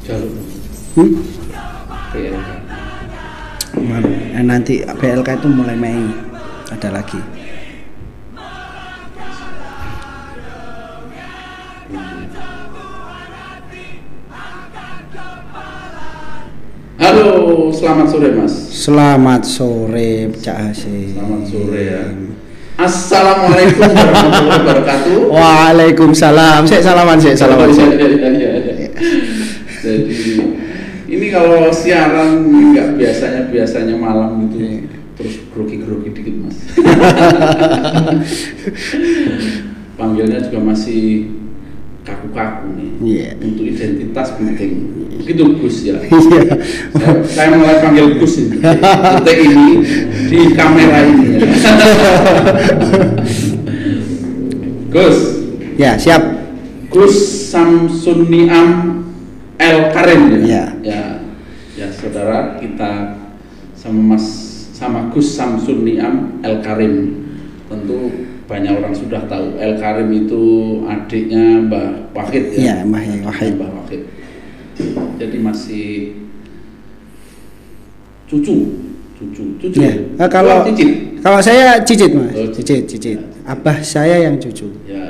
jalur BLK. Nanti BLK itu mulai Mei ada lagi. Halo, selamat sore Mas. Selamat sore Cak Hasim. Selamat sore ya. Assalamualaikum warahmatullahi wabarakatuh. Waalaikumsalam. Salaman. Ya. Jadi ini kalau siaran nggak biasanya malam gitu, terus grogi dikit Mas. Panggilnya juga masih kaku-kaku nih. Untuk identitas penting. Begitu Gus ya. Saya mulai panggil Gus ini. Detik ini di kamera ini ya. Gus. Ya, siap. Gus Samsun Niam El Karim ya. Ya saudara, kita sama Gus Samsun Niam El Karim. Tentu banyak orang sudah tahu El Karim itu adiknya Mbah Wahid ya. Iya, Mbah Wahid. Jadi masih cucu. Ya. Kalau saya cicit Mas. Cicit. Abah saya yang cucu. Ya.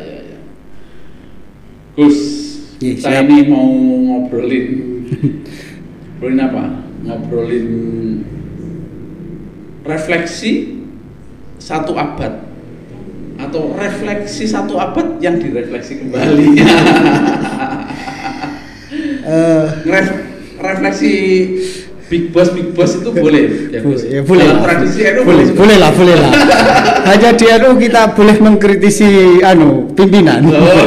Gus, saya ini mau ngobrolin apa? Ngobrolin refleksi satu abad atau refleksi satu abad yang direfleksi kembali. Refleksi Big Boss itu boleh ya, boleh. Dalam tradisi NU boleh lah. Hanya di NU kita boleh mengkritisi pimpinan.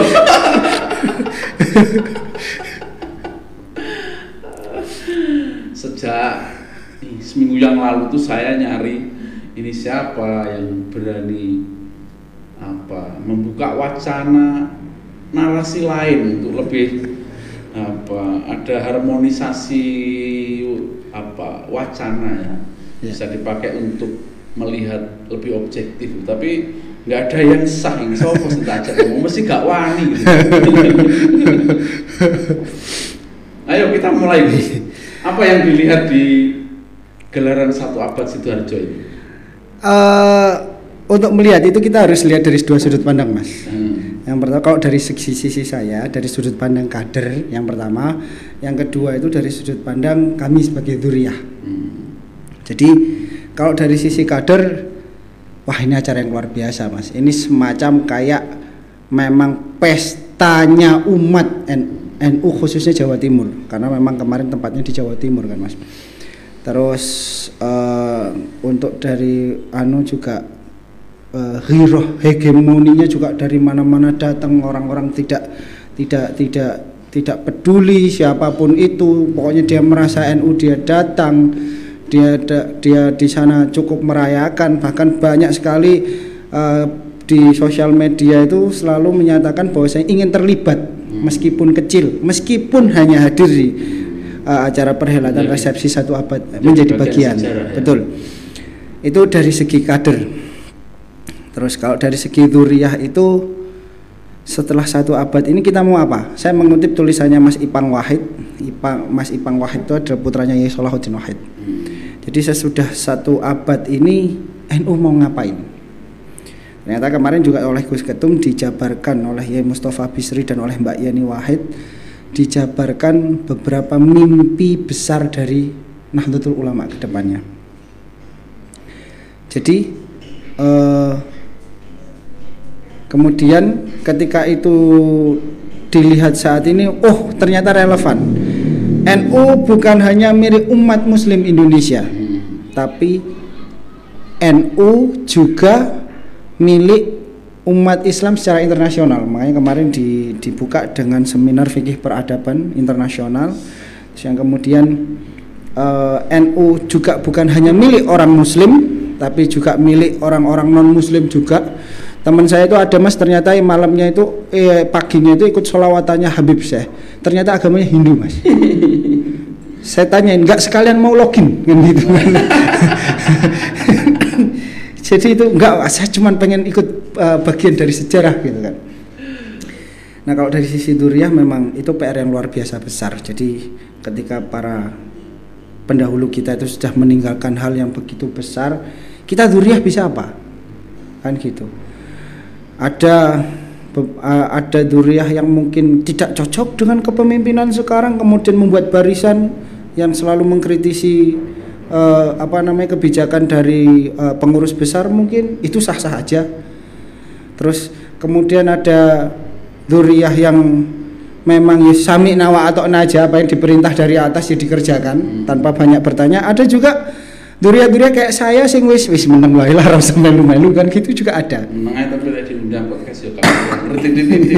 Sejak seminggu yang lalu tuh saya nyari ini siapa yang berani membuka wacana narasi lain untuk lebih ada harmonisasi wacana ya, bisa dipakai untuk melihat lebih objektif, tapi nggak ada yang sah ini sopo sengaja ngomong mesti gak wani gitu. Ayo kita mulai Gus. Apa yang dilihat di gelaran satu abad Sidoarjo ini? Untuk melihat itu kita harus lihat dari dua sudut pandang Mas. Yang pertama kalau dari sisi saya, dari sudut pandang kader yang pertama, yang kedua itu dari sudut pandang kami sebagai dzurriyyah. Jadi kalau dari sisi kader, wah ini acara yang luar biasa Mas. Ini semacam kayak memang pestanya umat NU khususnya Jawa Timur, karena memang kemarin tempatnya di Jawa Timur kan Mas. Terus untuk dari juga ghiroh hegemoninya juga dari mana-mana datang, orang-orang tidak peduli siapapun itu, pokoknya dia merasa NU, dia datang, dia di sana cukup merayakan, bahkan banyak sekali di sosial media itu selalu menyatakan bahwa saya ingin terlibat meskipun kecil, meskipun hanya hadir di acara perhelatan resepsi satu abad menjadi bagian sejarah, betul. Itu dari segi kader. Terus kalau dari segi dzurriyyah itu setelah satu abad ini kita mau apa? Saya mengutip tulisannya Mas Ipang Wahid. Mas Ipang Wahid itu adalah putranya Yai Salahuddin Wahid. Jadi sesudah satu abad ini NU mau ngapain? Ternyata kemarin juga oleh Gus Ketum dijabarkan oleh Yai Mustafa Bisri dan oleh Mbak Yani Wahid, dijabarkan beberapa mimpi besar dari Nahdlatul Ulama ke depannya. Jadi kemudian ketika itu dilihat saat ini, ternyata relevan. NU bukan hanya milik umat muslim Indonesia, tapi NU juga milik umat Islam secara internasional. Makanya kemarin dibuka dengan seminar fikih peradaban internasional. Yang kemudian NU juga bukan hanya milik orang muslim, tapi juga milik orang-orang non muslim juga. Teman saya itu ada Mas, ternyata malamnya itu paginya itu ikut sholawatannya Habib Syekh, ternyata agamanya Hindu Mas. Saya tanyain, nggak sekalian mau login kan gitu. Jadi itu enggak, saya cuma pengen ikut bagian dari sejarah gitu kan. Nah kalau dari sisi dzurriyyah memang itu PR yang luar biasa besar. Jadi ketika para pendahulu kita itu sudah meninggalkan hal yang begitu besar, kita dzurriyyah bisa apa? Kan gitu. Ada dzurriyyah yang mungkin tidak cocok dengan kepemimpinan sekarang, kemudian membuat barisan yang selalu mengkritisi kebijakan dari pengurus besar, mungkin itu sah-sah aja. Terus kemudian ada dzurriyyah yang memang sami nawa atau naja, apa yang diperintah dari atas ya dikerjakan tanpa banyak bertanya. Ada juga dzurriyyah kayak saya sing wis meneng wae lah, rasa melu-melu kan, gitu juga ada. Meneng ae tapi lek diundang podcast yo ngerti.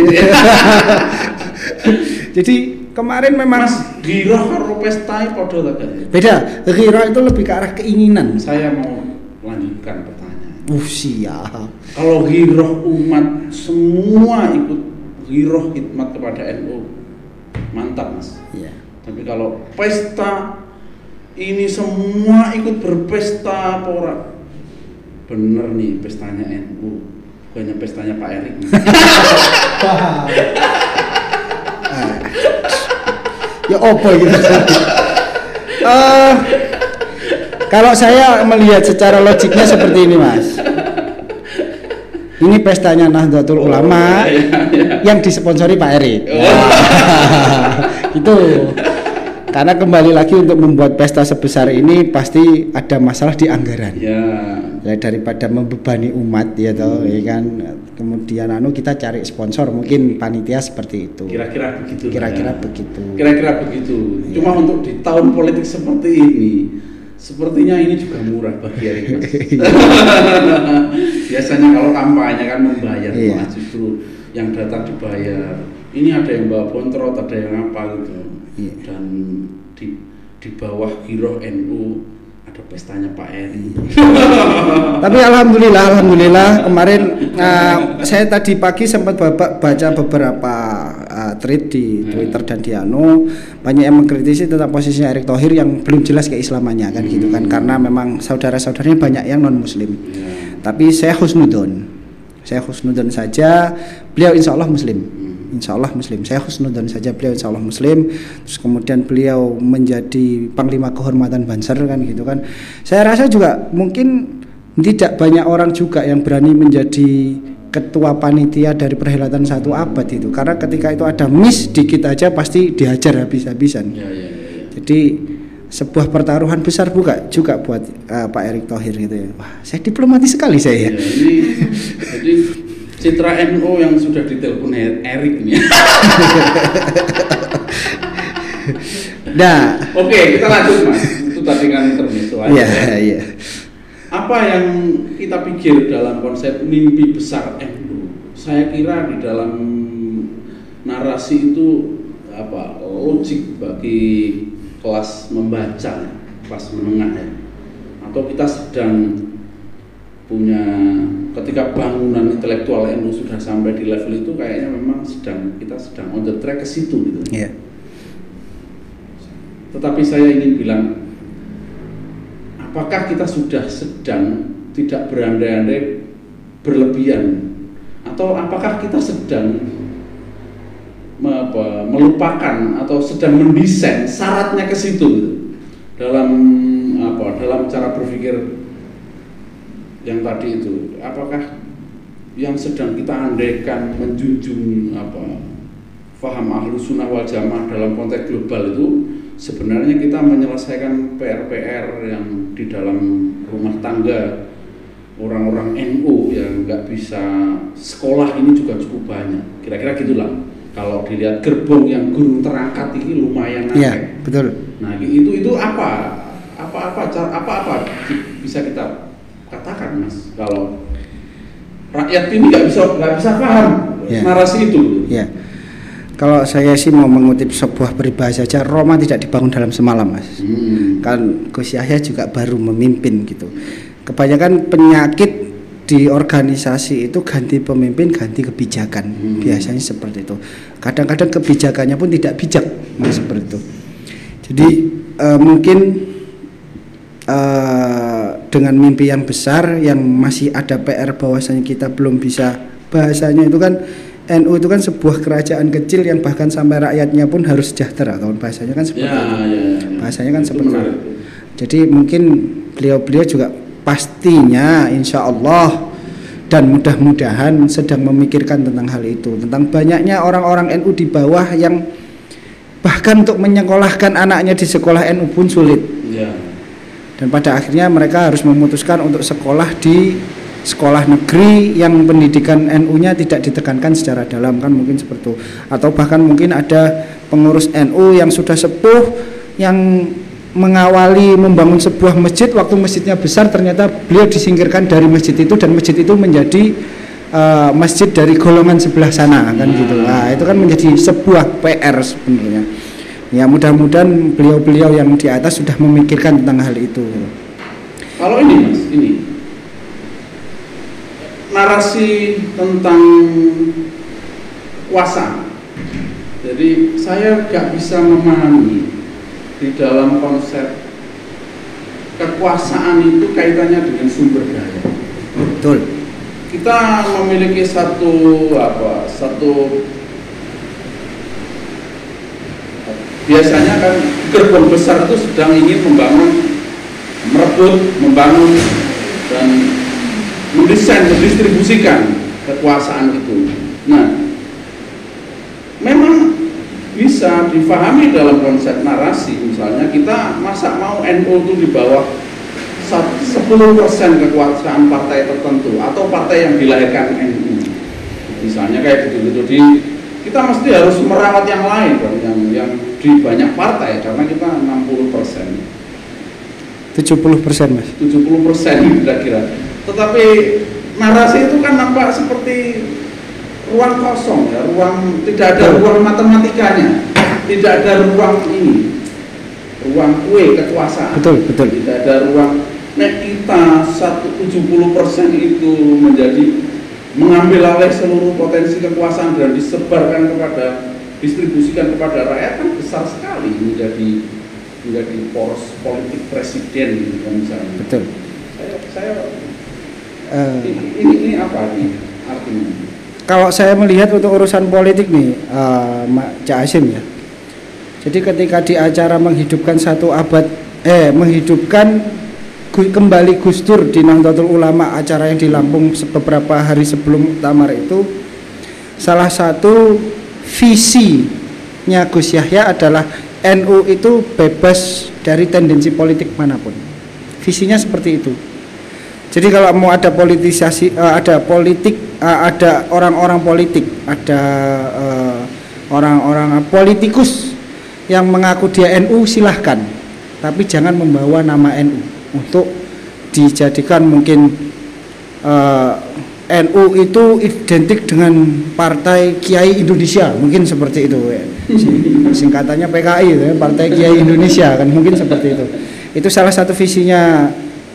Jadi kemarin memang Mas ghirah karo pesta padha ta gak? Beda. Ghirah itu lebih ke arah keinginan. Saya mau lanjutkan pertanyaan. Siap. Kalau ghirah umat semua ikut ghirah khidmat kepada NU, mantap Mas. Iya. Tapi kalau pesta ini semua ikut berpesta apa ora? Bener nih pestanya NU, bukannya pestanya Pak Erik. Ya opo gitu. Kalau saya melihat secara logiknya seperti ini Mas. Ini pestanya Nahdlatul Ulama yang disponsori Pak Erik. Gitu. Karena kembali lagi untuk membuat pesta sebesar ini pasti ada masalah di anggaran. Ya, daripada membebani umat ya toh, ya kan. Kemudian kita cari sponsor, mungkin panitia seperti itu. Kira-kira begitu. Kira-kira begitu. Ya. Cuma untuk di tahun politik seperti ini, sepertinya ini juga murah bagi Erik Mas. Biasanya kalau kampanye kan membayar, malah justru yang datang dibayar. Ini ada yang bawa bontrot, ada yang apa gitu. Dan di bawah ghirah NU ada pestanya Pak Eri. Tapi alhamdulillah kemarin saya tadi pagi sempat baca beberapa tweet di Twitter dan di banyak yang mengkritisi tentang posisinya Erick Thohir yang belum jelas keislamannya kan gitu kan, karena memang saudara-saudaranya banyak yang non muslim. Tapi saya husnudon saja, beliau insya Allah muslim. Saya husnudon saja, beliau insya Allah muslim. Terus kemudian beliau menjadi panglima kehormatan Banser kan gitu kan. Saya rasa juga mungkin tidak banyak orang juga yang berani menjadi ketua panitia dari perhelatan 1 abad itu, karena ketika itu ada miss dikit aja pasti dihajar habis-habisan. Jadi sebuah pertaruhan besar juga buat Pak Erick Thohir gitu ya. Wah, saya diplomatis sekali saya. Jadi citra NU yang sudah ditelepon Erik ini. Nah, oke, kita lanjut Mas. Itu tadi kan intermezzo aja. Iya. Apa yang kita pikir dalam konsep mimpi besar NU? Saya kira di dalam narasi itu logik bagi kelas membaca, kelas menengah ya. Atau kita sedang punya, ketika bangunan intelektual NU sudah sampai di level itu, kayaknya memang kita sedang on the track ke situ gitu. Yeah. Tetapi saya ingin bilang, apakah kita sudah sedang tidak berandai-andai berlebihan, atau apakah kita sedang melupakan atau sedang mendesain syaratnya ke situ gitu, dalam cara berpikir yang tadi itu? Apakah yang sedang kita andaikan menjunjung faham Ahlus Sunnah wal Jamaah dalam konteks global itu sebenarnya kita menyelesaikan PR-PR yang di dalam rumah tangga orang-orang NU yang nggak bisa sekolah ini juga cukup banyak, kira-kira gitulah. Kalau dilihat gerbong yang gurung terangkat ini lumayan akeh. Iya, betul. Nah, itu apa bisa kita katakan Mas, kalau rakyat ini nggak bisa paham narasi itu. Ya. Kalau saya sih mau mengutip sebuah peribahasa saja, Roma tidak dibangun dalam semalam Mas. Kan Gus Yahya juga baru memimpin gitu. Kebanyakan penyakit di organisasi itu ganti pemimpin, ganti kebijakan. Biasanya seperti itu. Kadang-kadang kebijakannya pun tidak bijak, Mas, seperti itu. Jadi mungkin dengan mimpi yang besar yang masih ada PR bahwasanya kita belum bisa, bahasanya itu kan NU itu kan sebuah kerajaan kecil yang bahkan sampai rakyatnya pun harus sejahtera, kawan, bahasanya kan seperti itu. Bahasanya kan seperti itu. Jadi mungkin beliau-beliau juga pastinya insya Allah dan mudah-mudahan sedang memikirkan tentang hal itu, tentang banyaknya orang-orang NU di bawah yang bahkan untuk menyekolahkan anaknya di sekolah NU pun sulit. Dan pada akhirnya mereka harus memutuskan untuk sekolah di sekolah negeri yang pendidikan NU-nya tidak ditekankan secara dalam, kan mungkin seperti itu. Atau bahkan mungkin ada pengurus NU yang sudah sepuh yang mengawali membangun sebuah masjid, waktu masjidnya besar ternyata beliau disingkirkan dari masjid itu dan masjid itu menjadi masjid dari golongan sebelah sana, kan gitu. Nah, itu kan menjadi sebuah PR sebenarnya. Ya mudah-mudahan beliau-beliau yang di atas sudah memikirkan tentang hal itu. Kalau ini Mas, ini narasi tentang kuasa. Jadi saya nggak bisa memahami di dalam konsep kekuasaan itu kaitannya dengan sumber daya. Betul. Kita memiliki satu biasanya kan gerbong besar itu sedang ingin merebut, membangun dan mendesain, mendistribusikan kekuasaan itu. Nah, memang bisa difahami dalam konsep narasi. Misalnya kita masa mau NU itu di bawah 10% kekuasaan partai tertentu atau partai yang dilahirkan NU. Misalnya kayak gitu-gitu, kita mesti harus merawat yang lain dong, yang di banyak partai, karena kita 60%. 70% Mas. 70% kira-kira. Tetapi narasi itu kan nampak seperti ruang kosong ya, tidak ada ruang matematikanya, tidak ada ruang ruang kue kekuasaan. Betul. Tidak ada ruang. Nek kita 70% itu mengambil alih seluruh potensi kekuasaan dan distribusikan kepada rakyat, kan besar sekali menjadi poros politik presiden gitu kan misalnya. Betul. Ini apa nih artinya? Kalau saya melihat untuk urusan politik nih, Cak Hasyim ya. Jadi ketika di acara menghidupkan menghidupkan kembali Gus Dur di Nahdlatul Ulama, acara yang di Lampung beberapa hari sebelum muktamar itu, salah satu visinya Gus Yahya adalah NU itu bebas dari tendensi politik manapun. Visinya seperti itu. Jadi kalau mau ada politisasi, ada politik, ada orang-orang politik, ada orang-orang politikus yang mengaku dia NU, silahkan, tapi jangan membawa nama NU untuk dijadikan mungkin NU itu identik dengan Partai Kiai Indonesia, mungkin seperti itu ya. Singkatannya PKI ya, Partai Kiai Indonesia, kan mungkin seperti itu. Itu salah satu visinya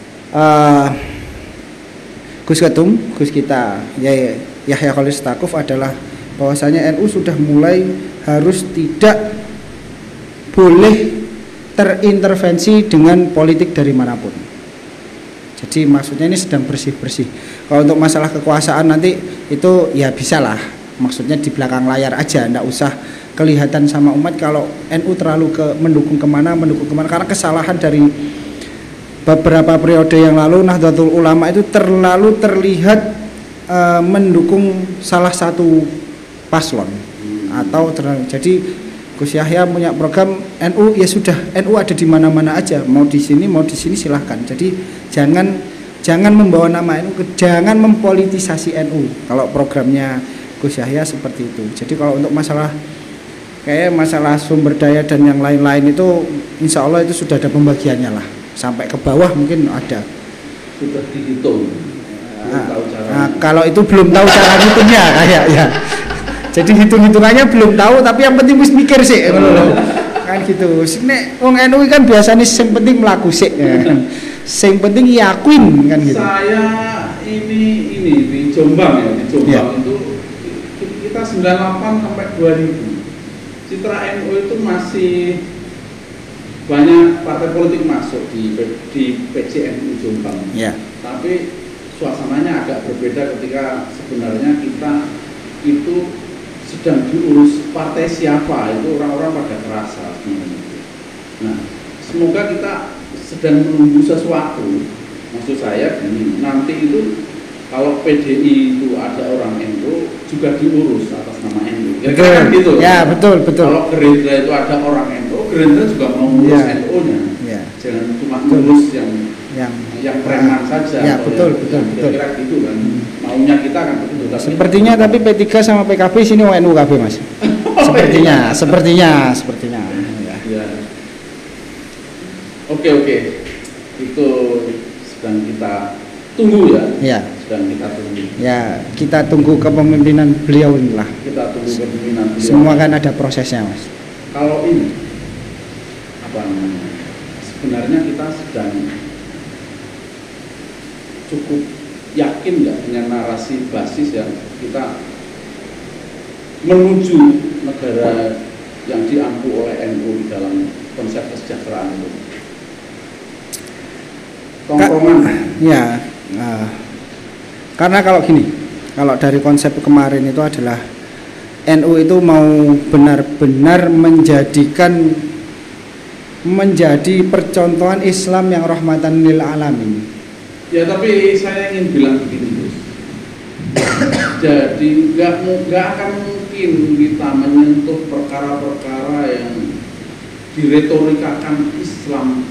Gus Ketum, Gus kita Yahya Khalil Stakuf adalah bahwasanya NU sudah mulai harus tidak boleh terintervensi dengan politik dari manapun. Jadi maksudnya ini sedang bersih-bersih. Kalau untuk masalah kekuasaan nanti itu ya bisalah, maksudnya di belakang layar aja, enggak usah kelihatan sama umat kalau NU terlalu mendukung kemana, karena kesalahan dari beberapa periode yang lalu Nahdlatul Ulama itu terlalu terlihat mendukung salah satu paslon atau jadi Gus Yahya punya program NU, ya sudah, NU ada di mana-mana aja, mau di sini silahkan. Jadi jangan membawa nama NU, jangan mempolitisasi NU. Kalau programnya Gus Yahya seperti itu. Jadi kalau untuk masalah sumber daya dan yang lain-lain itu insya Allah itu sudah ada pembagiannya lah, sampai ke bawah mungkin ada. Sudah dihitung. Kalau itu belum tahu cara hitungnya kayak ya. Jadi hitung-hitungannya belum tahu, tapi yang penting wis mikir sih, kan gitu. Nek wong NU kan biasanya sing penting mlaku sik, sing penting yakin kan gitu. Saya ini di Jombang ya, itu kita 98 sampai 2000. Citra NU itu masih banyak partai politik masuk di PCNU Jombang. Ya. Tapi suasananya agak berbeda ketika sebenarnya kita itu sedang diurus partai siapa, itu orang-orang pada terasa sebenarnya. Nah, semoga kita sedang menunggu sesuatu. Maksud saya gini, nanti itu kalau PDI itu ada orang NU juga diurus atas nama NU. Kira-kira kan gitu. Ya, betul. Kalau Gerindra itu ada orang NU, Gerindra juga mau ngurus NU-nya. Ya. Jangan cuma ngurus yang preman saja. Ya, betul. Kira-kira gitu kan. Maunya kita kan begitu. Sepertinya tapi P3 sama PKB sini NU KB, Mas. Sepertinya. Ya. Oke. Itu sedang kita tunggu ya. Ya. Sedang kita tunggu. Ya, kita tunggu kepemimpinan beliau inilah. Kita tunggu kepemimpinan beliau. Semua kan ada prosesnya, Mas. Kalau ini apa namanya? Sebenarnya kita sedang cukup yakin nggak dengan narasi basis yang kita menuju negara yang diampu oleh NU di dalam konsep kesejahteraan itu? Karena kalau gini, kalau dari konsep kemarin itu adalah NU itu mau benar-benar menjadi percontohan Islam yang rahmatan lil alamin. Ya, tapi saya ingin bilang begini, Gus. Jadi nggak akan mungkin kita menyentuh perkara-perkara yang diretorikakan Islam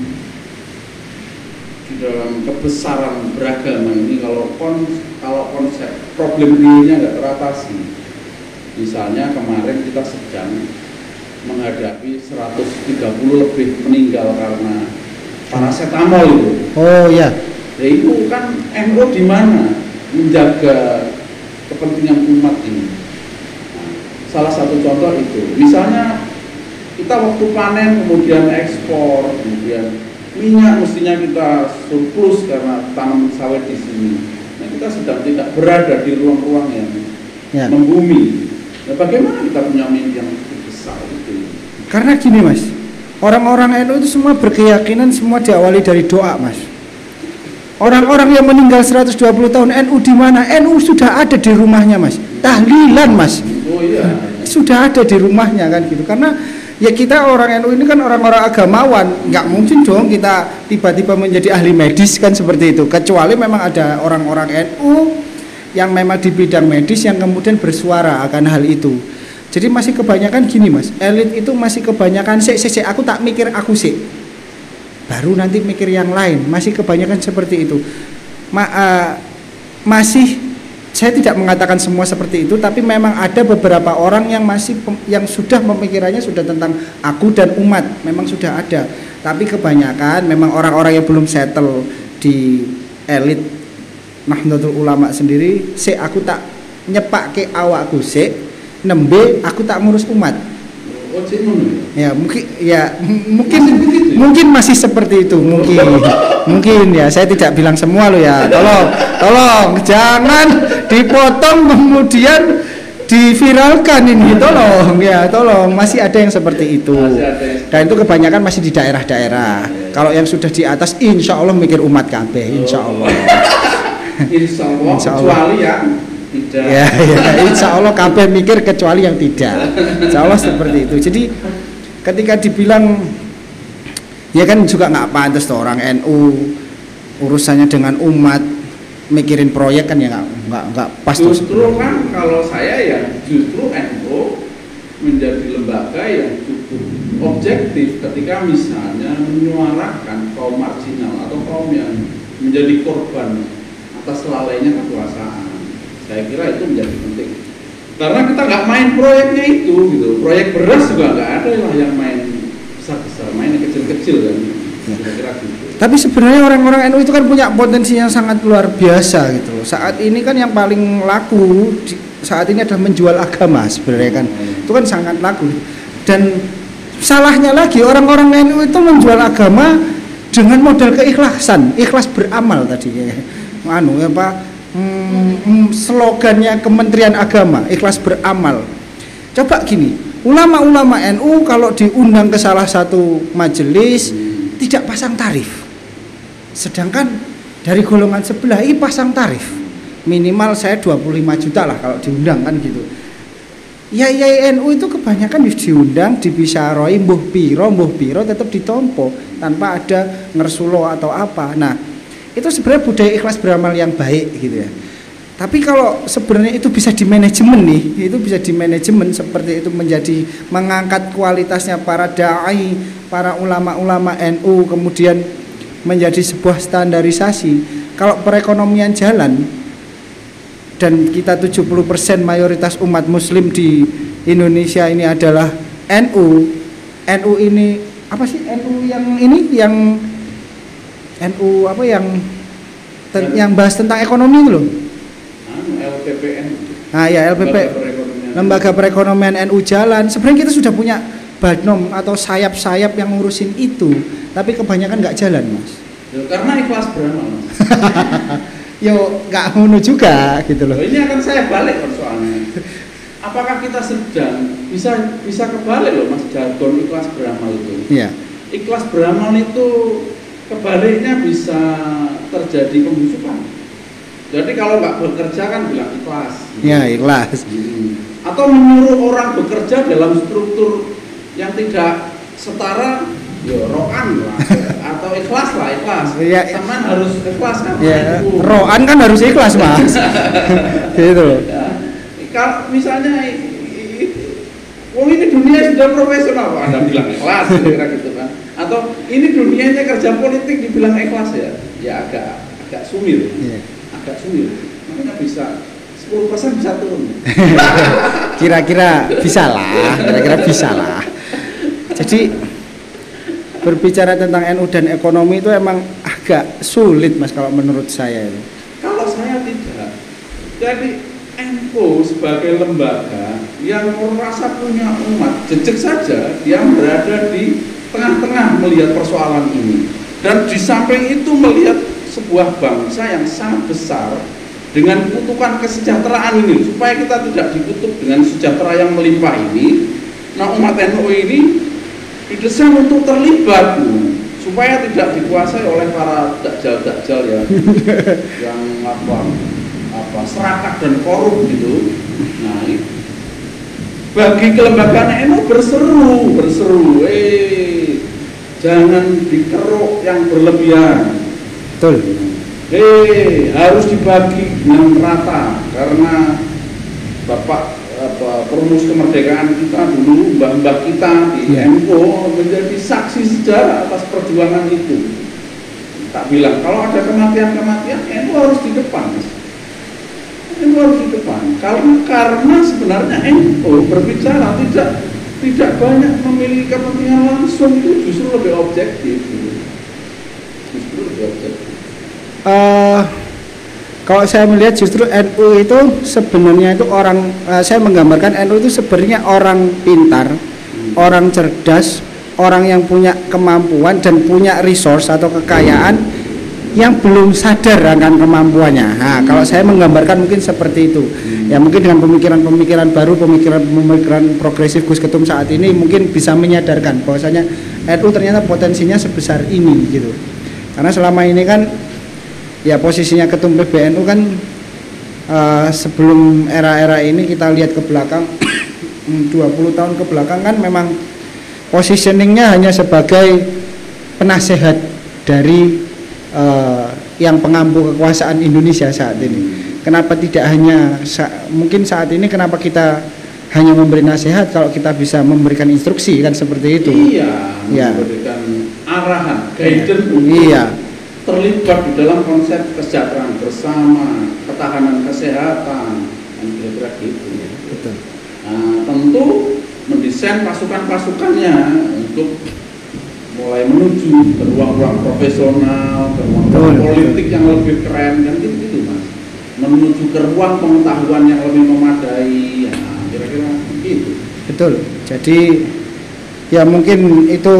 di dalam kebesaran beragama ini kalau konsep problem realnya nggak teratasi. Misalnya kemarin kita sedang menghadapi 130 lebih meninggal karena paracetamol itu. Oh ya. Ya itu kan NU di mana menjaga kepentingan umat ini. Nah, salah satu contoh itu, misalnya kita waktu panen kemudian ekspor, kemudian minyak mestinya kita surplus karena tanam sawit di sini. Nah, kita sedang tidak berada di ruang-ruang yang membumi. Nah, bagaimana kita punya mimpi yang cukup besar itu? Karena gini, Mas, orang-orang NU itu semua berkeyakinan semua diawali dari doa, Mas. Orang-orang yang meninggal 120 tahun NU di mana? NU sudah ada di rumahnya, Mas. Tahlilan, Mas. Oh iya. Sudah ada di rumahnya kan gitu. Karena ya kita orang NU ini kan orang-orang agamawan, nggak mungkin dong kita tiba-tiba menjadi ahli medis kan seperti itu. Kecuali memang ada orang-orang NU yang memang di bidang medis yang kemudian bersuara akan hal itu. Jadi masih kebanyakan gini, Mas. Elit itu masih kebanyakan aku tak mikir aku sih. Baru nanti mikir yang lain, masih kebanyakan seperti itu. Masih saya tidak mengatakan semua seperti itu, tapi memang ada beberapa orang yang yang sudah pemikirannya sudah tentang aku dan umat, memang sudah ada. Tapi kebanyakan memang orang-orang yang belum settle di elit Nahdlatul Ulama sendiri, aku tak nyepake awakku nembe aku tak ngurus umat. Ya mungkin masih seperti itu mungkin ya, saya tidak bilang semua loh ya, tolong jangan dipotong kemudian diviralkan ini, tolong masih ada yang seperti itu, dan itu kebanyakan masih di daerah-daerah. Kalau yang sudah di atas insya Allah mikir umat kabeh, insya Allah kecuali yang tidak. Ya, insya Allah kabeh mikir kecuali yang tidak. Insya Allah seperti itu. Jadi ketika dibilang ya kan juga nggak pantas tuh orang NU urusannya dengan umat mikirin proyek kan ya nggak pas. Justru kan kalau saya ya justru NU menjadi lembaga yang cukup objektif ketika misalnya menyuarakan kaum marginal atau kaum yang menjadi korban atas lalainya kekuasaan. Saya kira itu menjadi penting karena kita nggak main proyeknya itu gitu. Proyek beras juga nggak ada lah yang main besar-besar, main yang kecil-kecil kan. Kira-kira gitu. Tapi sebenarnya orang-orang NU itu kan punya potensi yang sangat luar biasa gitu loh. Saat ini kan yang paling laku saat ini adalah menjual agama sebenarnya kan. Itu kan sangat laku. Dan salahnya lagi orang-orang NU itu menjual agama dengan modal keikhlasan, ikhlas beramal tadi ya. Slogannya Kementerian Agama, ikhlas beramal. Coba gini, ulama-ulama NU kalau diundang ke salah satu majelis tidak pasang tarif, sedangkan dari golongan sebelah ini pasang tarif minimal saya 25 juta lah kalau diundang kan gitu. Yai NU itu kebanyakan diundang, dibisaroi, mbuh piro tetap ditompo tanpa ada ngersulo atau apa. Nah, itu sebenarnya budaya ikhlas beramal yang baik gitu ya. Tapi kalau sebenarnya itu bisa dimanajemen nih, itu bisa dimanajemen seperti itu menjadi mengangkat kualitasnya para dai, para ulama-ulama NU, kemudian menjadi sebuah standarisasi. Kalau perekonomian jalan dan kita 70% mayoritas umat muslim di Indonesia ini adalah NU. NU ini apa sih? NU yang ini yang NU apa yang bahas tentang ekonomi itu loh. LPPN. Nah ya Lembaga Perekonomian NU jalan. Sebenarnya kita sudah punya badnom atau sayap-sayap yang ngurusin itu, tapi kebanyakan nggak jalan, Mas. Ya, karena ikhlas beramal, Mas. Yo nggak ngono juga gitu loh. Ini akan saya balik soalnya. Apakah kita sedang bisa kebalik loh, Mas, jargon ikhlas beramal itu? Iya. Ikhlas beramal itu kebaliknya bisa terjadi pembusukan. Jadi kalau nggak bekerja kan bilang ikhlas. Iya, ikhlas. Atau menyuruh orang bekerja dalam struktur yang tidak setara, ya roan lah, atau ikhlas lah, ikhlas. Ya, teman harus ikhlas kan? Ya, roan kan harus ikhlas, Mas. Gitu. Ya, kalau misalnya, ini dunia sudah profesional, kok Anda bilang ikhlas, kira gitu kan? Atau ini dunianya kerja politik dibilang ikhlas ya? Ya agak sumir, agak sumir. Makanya bisa 10% bisa turun. Kira-kira bisa lah. Jadi berbicara tentang NU dan ekonomi itu emang agak sulit, Mas, kalau menurut saya itu. Kalau saya tidak. Jadi NU sebagai lembaga yang merasa punya umat, jejak saja dia berada di tengah-tengah melihat persoalan ini. Dan di samping itu melihat sebuah bangsa yang sangat besar dengan kutukan kesejahteraan ini, supaya kita tidak dikutuk dengan sejahtera yang melimpah ini. Nah, umat NU ini didesain untuk terlibat supaya tidak dikuasai oleh para dakjal-dakjal ya yang apa serakah dan korup gitu. Nah, bagi kelembagaan NU berseru, jangan dikeruk yang berlebihan. Betul. Harus dibagi dengan rata, karena Bapak perumus kemerdekaan kita dulu, mbah-mbah kita di NU menjadi saksi sejarah atas perjuangan itu. Tak bilang kalau ada kematian-kematian, NU harus di depan. NU harus di depan. Karena sebenarnya NU berbicara tidak banyak memiliki kepentingan langsung, itu justru lebih objektif. Kalau saya melihat justru NU itu sebenarnya itu orang, saya menggambarkan NU itu sebenarnya orang pintar, orang cerdas, orang yang punya kemampuan dan punya resource atau kekayaan yang belum sadar akan kemampuannya. Nah, kalau saya menggambarkan mungkin seperti itu. Ya mungkin dengan pemikiran-pemikiran baru, pemikiran progresif Gus Ketum saat ini mungkin bisa menyadarkan bahwasanya NU ternyata potensinya sebesar ini gitu. Karena selama ini kan ya posisinya ketum PBNU kan sebelum era-era ini kita lihat ke belakang 20 tahun ke belakang kan memang positioningnya hanya sebagai penasehat dari yang pengampu kekuasaan Indonesia saat ini. Kenapa tidak hanya mungkin saat ini kenapa kita hanya memberi nasihat kalau kita bisa memberikan instruksi kan seperti itu. Iya, memberikan arahan, guidance. Iya. Terlibat di dalam konsep kesejahteraan bersama, ketahanan kesehatan, dan kira-kira gitu. Betul. Nah, tentu mendesain pasukan-pasukannya untuk mulai menuju ke ruang-ruang profesional, ke ruang politik yang lebih keren, dan gitu, Mas. Menuju ke ruang pengetahuan yang lebih memadai, ya, kira-kira gitu. Betul. Jadi ya mungkin itu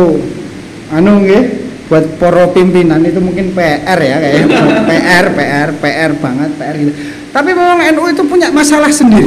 buat para pimpinan itu mungkin PR ya kayaknya PR banget gitu. Tapi memang NU itu punya masalah sendiri.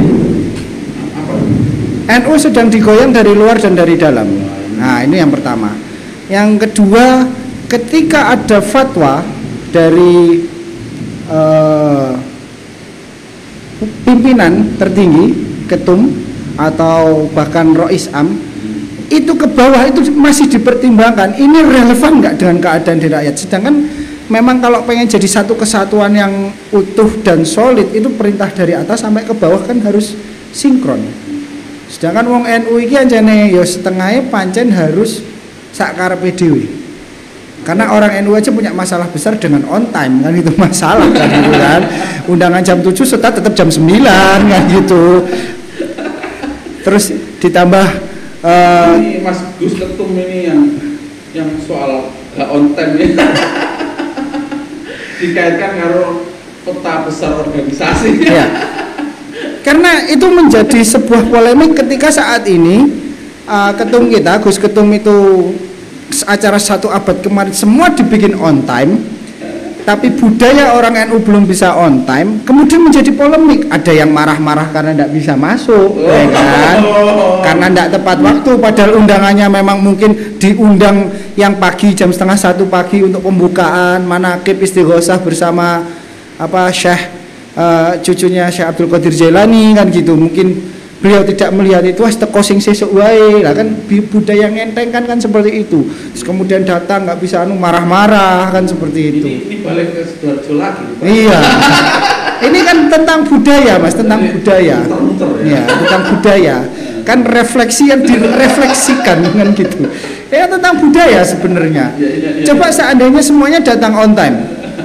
NU sedang digoyang dari luar dan dari dalam. Nah, ini yang pertama. Yang kedua, ketika ada fatwa dari pimpinan tertinggi ketum atau bahkan Rois Am itu ke bawah itu masih dipertimbangkan ini relevan nggak dengan keadaan di rakyat. Sedangkan memang kalau pengen jadi satu kesatuan yang utuh dan solid itu perintah dari atas sampai ke bawah kan harus sinkron. Sedangkan wong NU iki anjane ya setengahnya pancen harus sakarepe dhewe. Karena orang NU aja punya masalah besar dengan on time kan, itu masalah kan gitu kan. Undangan jam 7 start tetap jam 9 kan gitu. Terus ditambah ini Mas Gus Ketum ini yang soal on time ya. Dikaitkan karo peta besar organisasi. Ya. Karena itu menjadi sebuah polemik ketika saat ini ketum kita Gus Ketum itu acara 1 abad kemarin semua dibikin on time, tapi budaya orang NU belum bisa on time, kemudian menjadi polemik. Ada yang marah-marah karena tidak bisa masuk, ya kan? Karena tidak tepat waktu, padahal undangannya memang mungkin diundang yang pagi jam 12:30 pagi untuk pembukaan manaqib istighosah bersama Syekh cucunya Syekh Abdul Qadir Jailani kan gitu. Mungkin beliau tidak melihat itu teko sing sesuk wae lah kan, budaya ngenteng kan seperti itu. Terus kemudian datang nggak bisa marah-marah kan seperti itu. Ini balik ke Sidoarjo lagi. Iya. Ini kan tentang budaya Mas, tentang budaya. Ya, tentang budaya. Kan refleksi yang direfleksikan kan gitu. Ya tentang budaya sebenarnya. Coba seandainya semuanya datang on time.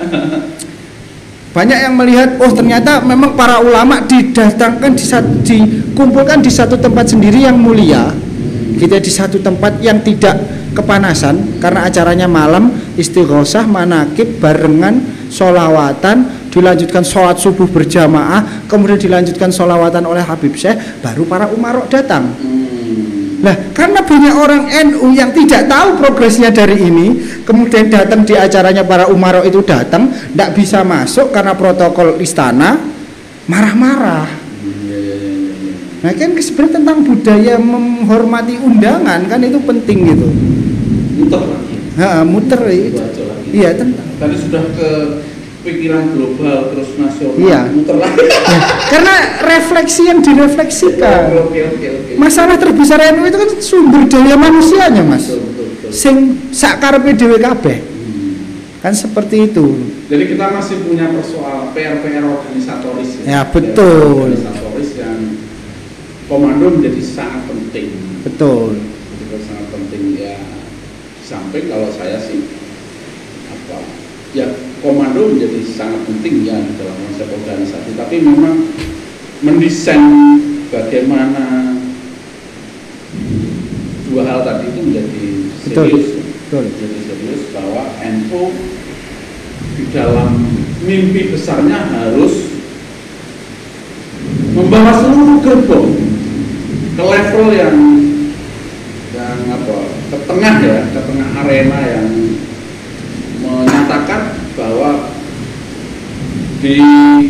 Banyak yang melihat, oh ternyata memang para ulama didatangkan dikumpulkan di satu tempat sendiri yang mulia, kita di satu tempat yang tidak kepanasan karena acaranya malam, istighosah, manaqib barengan, sholawatan, dilanjutkan sholat subuh berjamaah, kemudian dilanjutkan sholawatan oleh Habib Syekh, baru para umarok datang. Nah, karena banyak orang NU yang tidak tahu progresnya dari ini, kemudian datang di acaranya para umarok itu datang, tidak bisa masuk karena protokol istana, marah-marah. Nah, kan sebenarnya tentang budaya menghormati undangan kan itu penting gitu. Muter lagi. Muter itu. Iya, tentang. Tadi sudah ke pikiran global terus nasional, iya. Muter lagi. Nah, karena refleksi yang direfleksikan. Oke. Masalah terbesar NU itu kan sumber daya manusianya, Mas. Betul. Sing sakarepe dhewe kabeh. Kan seperti itu. Jadi kita masih punya persoalan PR organisatoris ya betul. Organisatoris yang komando menjadi sangat penting. Betul. Jadi sangat penting ya. Sampai kalau saya sih ya komando menjadi sangat penting ya dalam konsep organisasi, tapi memang mendesain bagaimana dua hal tadi itu menjadi serius. Betul. Menjadi serius bahwa NU di dalam mimpi besarnya harus membawa seluruh gerbong ke level yang ke tengah ya, ke tengah arena yang menyatakan bahwa di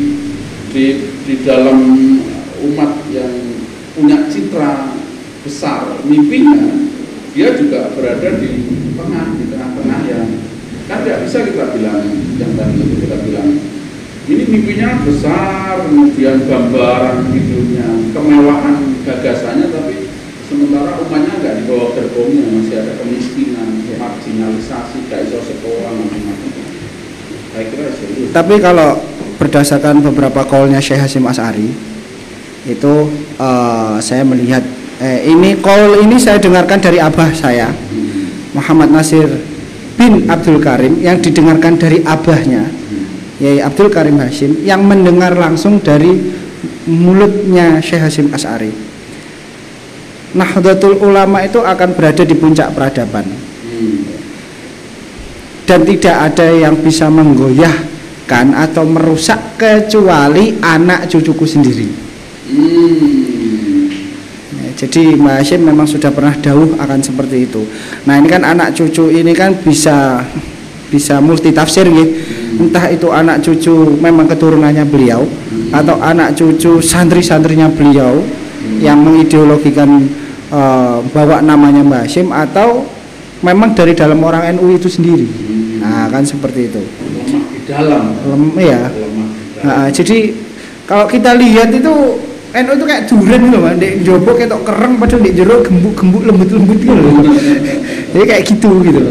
dalam umat yang punya citra besar mimpinya, dia juga berada di tengah-tengah yang kan tidak bisa kita bilang yang tadi itu kita bilang ini mimpinya besar, kemudian gambaran hidupnya, kemewahan gagasannya, tapi sementara umatnya nggak di bawah gerbongnya, masih ada kemiskinan, marginalisasi, gak iso sekolah, macam-macam. Saya kira serius. Tapi kalau berdasarkan beberapa call-nya Syekh Hasyim Asy'ari itu saya melihat call ini saya dengarkan dari abah saya Muhammad Nasir bin Abdul Karim, yang didengarkan dari abahnya Yai Abdul Karim Hasyim, yang mendengar langsung dari mulutnya Syekh Hasyim Asy'ari. Nahdlatul Ulama itu akan berada di puncak peradaban, dan tidak ada yang bisa menggoyahkan atau merusak kecuali anak cucuku sendiri. Jadi Mbak Hasyim memang sudah pernah dawuh akan seperti itu. Nah, ini kan anak cucu ini kan bisa multi tafsir gitu. Entah itu anak cucu memang keturunannya beliau, atau anak cucu santri-santrinya beliau yang mengideologikan bawa namanya Mbah Hasyim, atau memang dari dalam orang NU itu sendiri. Nah, kan seperti itu. Lemah di dalam. Ya. Nah, jadi kalau kita lihat itu NU itu kayak durian loh, Mas. Ndek njaba ketok kereng padahal ndek jero gembuk-gembuk lembut-lembut gitu loh. Jadi kayak gitu loh.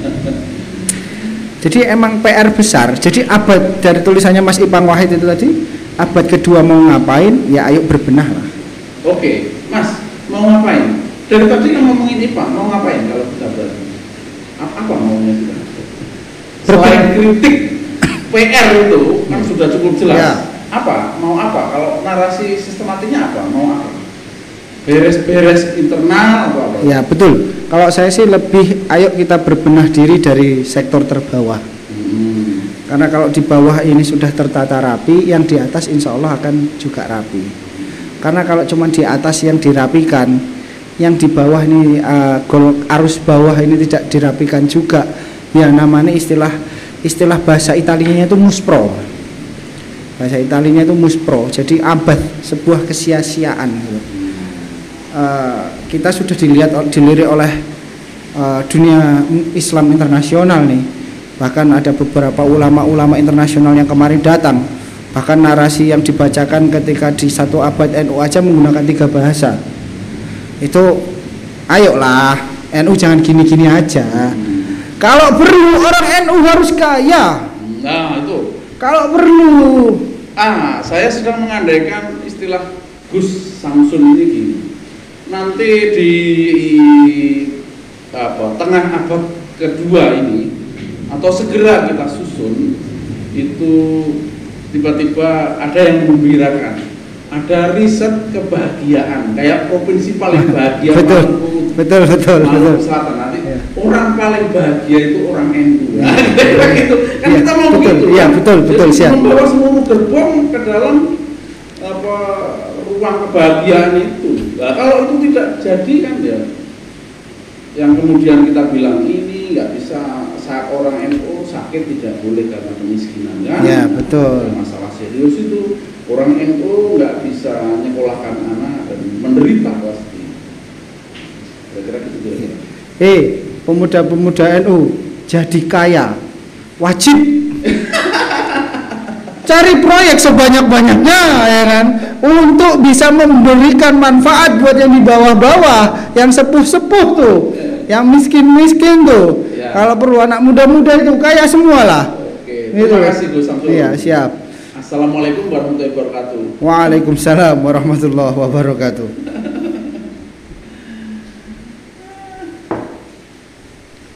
Jadi emang PR besar. Jadi abad dari tulisannya Mas Ipang Wahid itu tadi, abad kedua mau ngapain? Ya ayo berbenah lah. Oke, Mas, mau ngapain? Dari tadi kan ngomongin Ipang, mau ngapain kalau kita berarti? Apa maunya kita? Selain kritik PR itu kan sudah cukup jelas. Ya. Apa? Mau apa? Kalau narasi sistematiknya apa? Mau apa? Beres-beres internal atau apa? Ya betul. Kalau saya sih lebih ayo kita berbenah diri dari sektor terbawah. Karena kalau di bawah ini sudah tertata rapi, yang di atas insya Allah akan juga rapi. Karena kalau cuma di atas yang dirapikan, yang di bawah ini arus bawah ini tidak dirapikan juga, ya namanya istilah bahasa Italianya itu muspro. Bahasa Italianya itu muspro. Jadi abad sebuah kesia-siaan. Kita sudah dilirik oleh dunia Islam internasional nih. Bahkan ada beberapa ulama-ulama internasional yang kemarin datang. Bahkan narasi yang dibacakan ketika di satu abad NU aja menggunakan 3 bahasa. Itu ayolah, NU jangan gini-gini aja. Kalau perlu orang NU harus kaya. Nah itu. Kalau perlu. Saya sedang mengandaikan istilah Gus Samsun ini gini. Nanti di tengah abad kedua ini atau segera kita susun itu tiba-tiba ada yang membirakan, ada riset kebahagiaan kayak provinsi paling bahagia betul Selatan nanti ya. Orang paling bahagia itu orang NU gitu kan ya, kita mau begitu ya, betul siap. Membawa seluruh gerbong ke dalam ruang kebahagiaan itu. Nah, kalau itu tidak jadi kan ya, yang kemudian kita bilang ini nggak bisa, saat orang NU sakit tidak boleh karena kemiskinan kan? Ya betul. Masalah serius itu orang NU nggak bisa nyekolahkan anak dan menderita pasti. Kira-kira gitu ya. Pemuda-pemuda NU jadi kaya wajib cari proyek sebanyak-banyaknya ya kan, untuk bisa memberikan manfaat buat yang di bawah-bawah, yang sepuh-sepuh tuh, yang miskin-miskin tuh. Kalau perlu anak muda-muda itu kaya semua lah. Oke, terima kasih Gus Samsul. Iya, siap. Assalamualaikum warahmatullahi wabarakatuh. Waalaikumsalam warahmatullahi wabarakatuh.